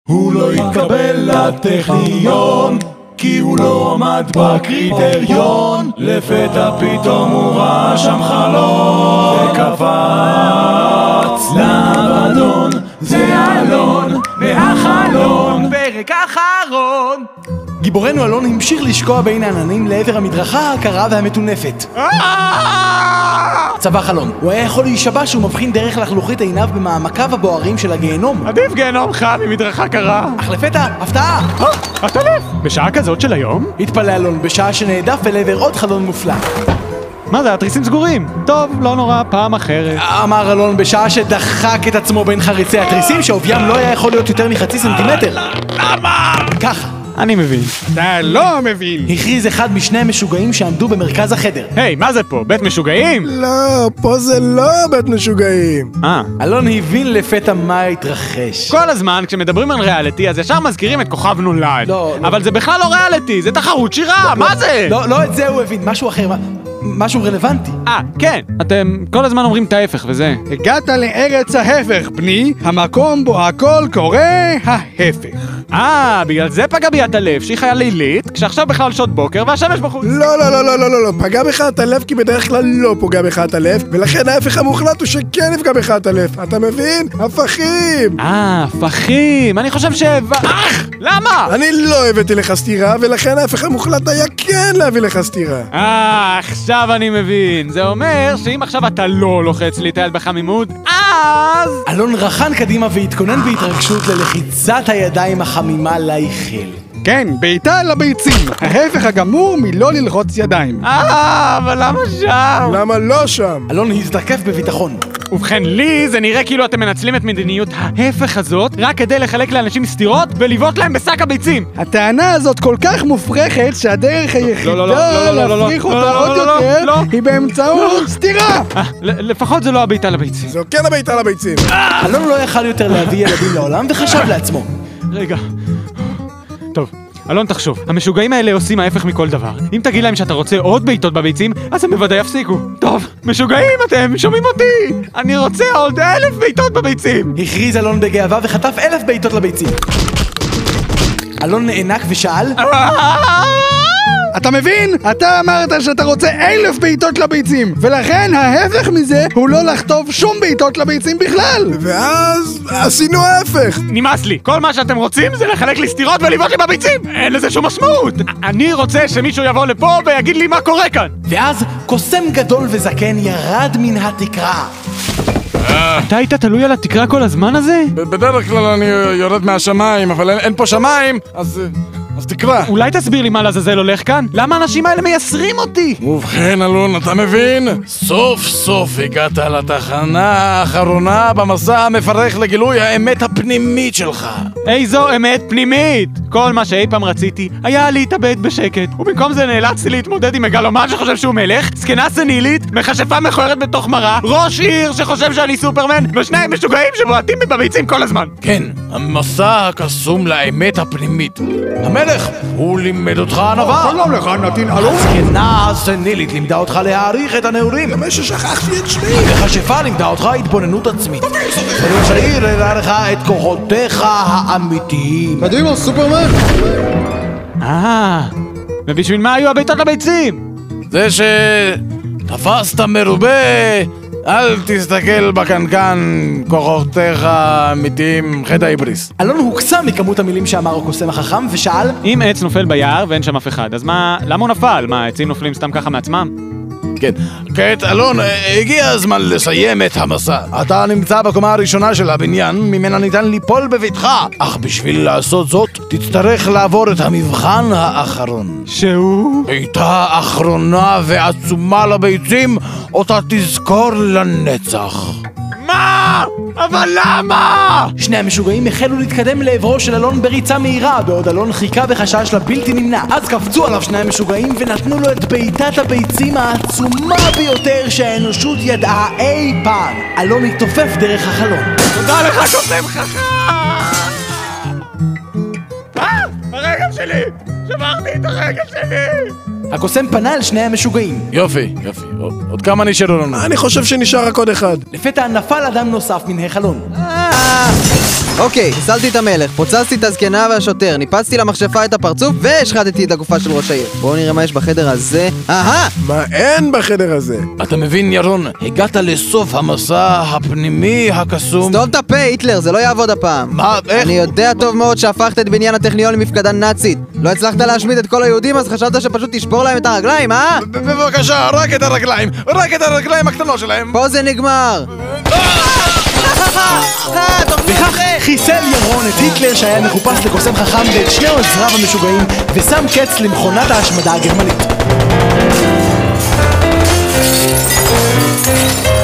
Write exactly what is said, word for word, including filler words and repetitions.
הוא לא התקבל לטכניון כי הוא לא עמד בקריטריון. לפתע פתאום הוא ראה שם חלון וקפץ לאבדון. זה אלון מהחלון. פרק אחרון. גיבורנו אלון המשיך לשקוע בין העננים לעבר המדרכה הקרה והמטונפת. צבא חלון. הוא היה יכול להישבע שהוא מבחין דרך לחלוכית עיניו במעמקיו הבוערים של הגיהנום. עדיף גיהנום חם ממדרכה קרה. אך לפתע, הפתעה! הטלף! בשעה כזאת של היום? התפלא אלון בשעה שנעדף אל עבר עוד חלון מופלא. מה זה? התריסים סגורים. טוב, לא נורא, פעם אחרת. אמר אלון בשעה שדחק את עצמו בין חריצי התריסים שעוביים לא היה יכול להיות יותר מחצי סנטימטר. למה? ככה. אני מבין. אתה לא מבין. הכריז אחד משני המשוגעים שעמדו במרכז החדר. היי, מה זה פה? בית משוגעים? לא, פה זה לא בית משוגעים. אה. אלון הבין לפתע מה התרחש. כל הזמן כשמדברים על ריאליטי אז ישר מזכירים את כוכב נולד. לא, לא. אבל זה בכלל לא ריאליטי, זה תחרות שירה, מה זה? לא, לא את זה הוא הבין, משהו אחר, משהו רלוונטי. אה, כן. אתם כל הזמן אומרים את ההפך וזה. הגעת לארץ ההפך, בני, המקום בו הכל קורה ההפך. אה, בגלל זה פגע בי את הלב, שהיא חיה לילית, כשעכשיו בכלל שעות בוקר והשמש בחוץ. לא, לא, לא, לא, לא, לא, לא, פגע בך את הלב כי בדרך כלל לא פוגע בך את הלב, ולכן ההפך המוחלט הוא שכן יפגע בך את הלב. אתה מבין? הפכים! אה, הפכים. אני חושב ש... אך! למה? אני לא הבאתי לך סתירה, ולכן ההפך המוחלט היה כן להביא לך סתירה. אה, עכשיו אני מבין. זה אומר שאם עכשיו אתה לא לוחץ לי את היד בחמימות, אז... אלון רחן קדימה והתכונן בהתרגשות ללחיצת הידיים החמימה להיכל. כן, בעיטה לביצים. ההפך הגמור מלא ללחוץ ידיים. אה, אבל למה שם? למה לא שם? אלון הזדקף בביטחון. ובכן, לי זה נראה כאילו אתם מנצלים את מדיניות ההפך הזאת רק כדי לחלק לאנשים סתירות ולבעוט להם בשק הביצים. הטענה הזאת כל כך מופרכת שהדרך היחידה להפריך אותה עוד יותר היא באמצעות סתירה. לפחות זה לא הבעיטה לביצים. זו כן הבעיטה לביצים. אלון לא יכל יותר להביא ילדים לעולם וחשב לעצמו. רגע. טוב, אלון תחשוב, המשוגעים האלה עושים ההפך מכל דבר. אם תגיד להם שאתה רוצה עוד בעיטות בביצים, אז הם בוודאי יפסיקו. טוב, משוגעים אתם, שומעים אותי? אני רוצה עוד אלף בעיטות בביצים! הכריז אלון בגאווה וחטף אלף בעיטות לביצים. אלון נאנק ושאל, אתה מבין? אתה אמרת שאתה רוצה אלף בעיטות לביצים, ולכן ההפך מזה הוא לא לחטוף שום בעיטות לביצים בכלל. ואז עשינו ההפך. נמאס לי, כל מה שאתם רוצים זה לחלק לי סתירות ולבעוט לי בביצים. אין לזה שום משמעות. אני רוצה שמישהו יבוא לפה ויגיד לי מה קורה כאן. ואז קוסם גדול וזקן ירד מן התקרה. אתה היית תלוי על התקרה כל הזמן הזה? בדרך כלל אני יורד מהשמיים, אבל אין פה שמיים, אז... אז תקרא. אולי תסביר לי מה לעזאזל הולך כאן? למה האנשים האלה מייסרים אותי? ובכן אלון, אתה מבין? סוף סוף הגעת לתחנה האחרונה במסע המפרך לגילוי האמת הפנימית שלך. איזו אמת פנימית? כל מה שאי פעם רציתי היה להתאבד בשקט, ובמקום זה נאלצתי להתמודד עם מגלומן שחושב שהוא מלך, זקנה סנילית, מכשפה מכוערת בתוך מראה, ראש עיר שחושב שאני סופרמן, ושני משוגעים שבועטים בי בביצים כל הזמן. כן, המסע הקסום לאמת הפנימית. המלך, הוא לימד אותך ענווה. שלום לך, נתין אלון. הזקנה הסנילית לימדה אותך להעריך את הנעורים. למה ששכחתי את שמי? מכשפה לימדה אותך התבוננות עצמית. וראש העיר הראה לך את כוחותיך האמיתיים. מדהים, סופרמן. אה, ובשביל מה היו הבעיטות לביצים? זה שתפסת מרובה, אל תסתכל בקנקן, כוחותיך האמיתיים, חטא ההיבריס. אלון הוקסם מכמות המילים שאמר הקוסם החכם ושאל, אם עץ נופל ביער ואין שם אף אחד, אז מה, למה הוא נפל? מה, העצים נופלים סתם ככה מעצמם? כן, כעת אלון, הגיע הזמן לסיים את המסע. אתה נמצא בקומה הראשונה של הבניין, ממנה ניתן ליפול בביתך, אך בשביל לעשות זאת, תצטרך לעבור את המבחן האחרון. שהוא? בעיטה אחרונה ועצומה לביצים, אותה תזכור לנצח. מה? אבל למה? שני המשוגעים החלו להתקדם לעברו של אלון בריצה מהירה, בעוד אלון חיכה בחשש לבלתי נמנע. אז קפצו עליו שני המשוגעים ונתנו לו את בעיטת הביצים העצומה ביותר שהאנושות ידעה אי פעם. אלון התעופף דרך החלון. תודה לך, קוסם חכם! אה! הרגל שלי! שברתי את הרגל שלי! הקוסם פנה אל שני המשוגעים. יופי, יופי. עוד כמה נשארו לנו? אני חושב שנשאר רק עוד אחד. לפתע נפל אדם נוסף מן החלון. אוקיי, חיסלתי את המלך, פוצצתי את הזקנה והשוטר, ניפצתי למכשפה את הפרצוף והשחטתי את הגופה של ראש העיר. בואו נראה מה יש בחדר הזה. אהה! מה אין בחדר הזה? אתה מבין, ירון? הגעת לסוף המסע הפנימי הקסום. סתום את הפה, היטלר, זה לא יעבוד הפעם. מה? איך? אני יודע טוב מאוד שהפכת את בניין הטכניון למפקדה נאצית. לא הצלחת להשמיד את כל היהודים, אז חשבת שפשוט תשבור להם את הרגליים, אה? בבקשה, רק את הרגליים, רק את הרגליים הקטנות שלהם. פה זה נגמר. וכך חיסל ירון את היטלר שהיה מחופש לקוסם חכם ואת שני עוזריו המשוגעים ושם קץ למכונת ההשמדה הגרמנית.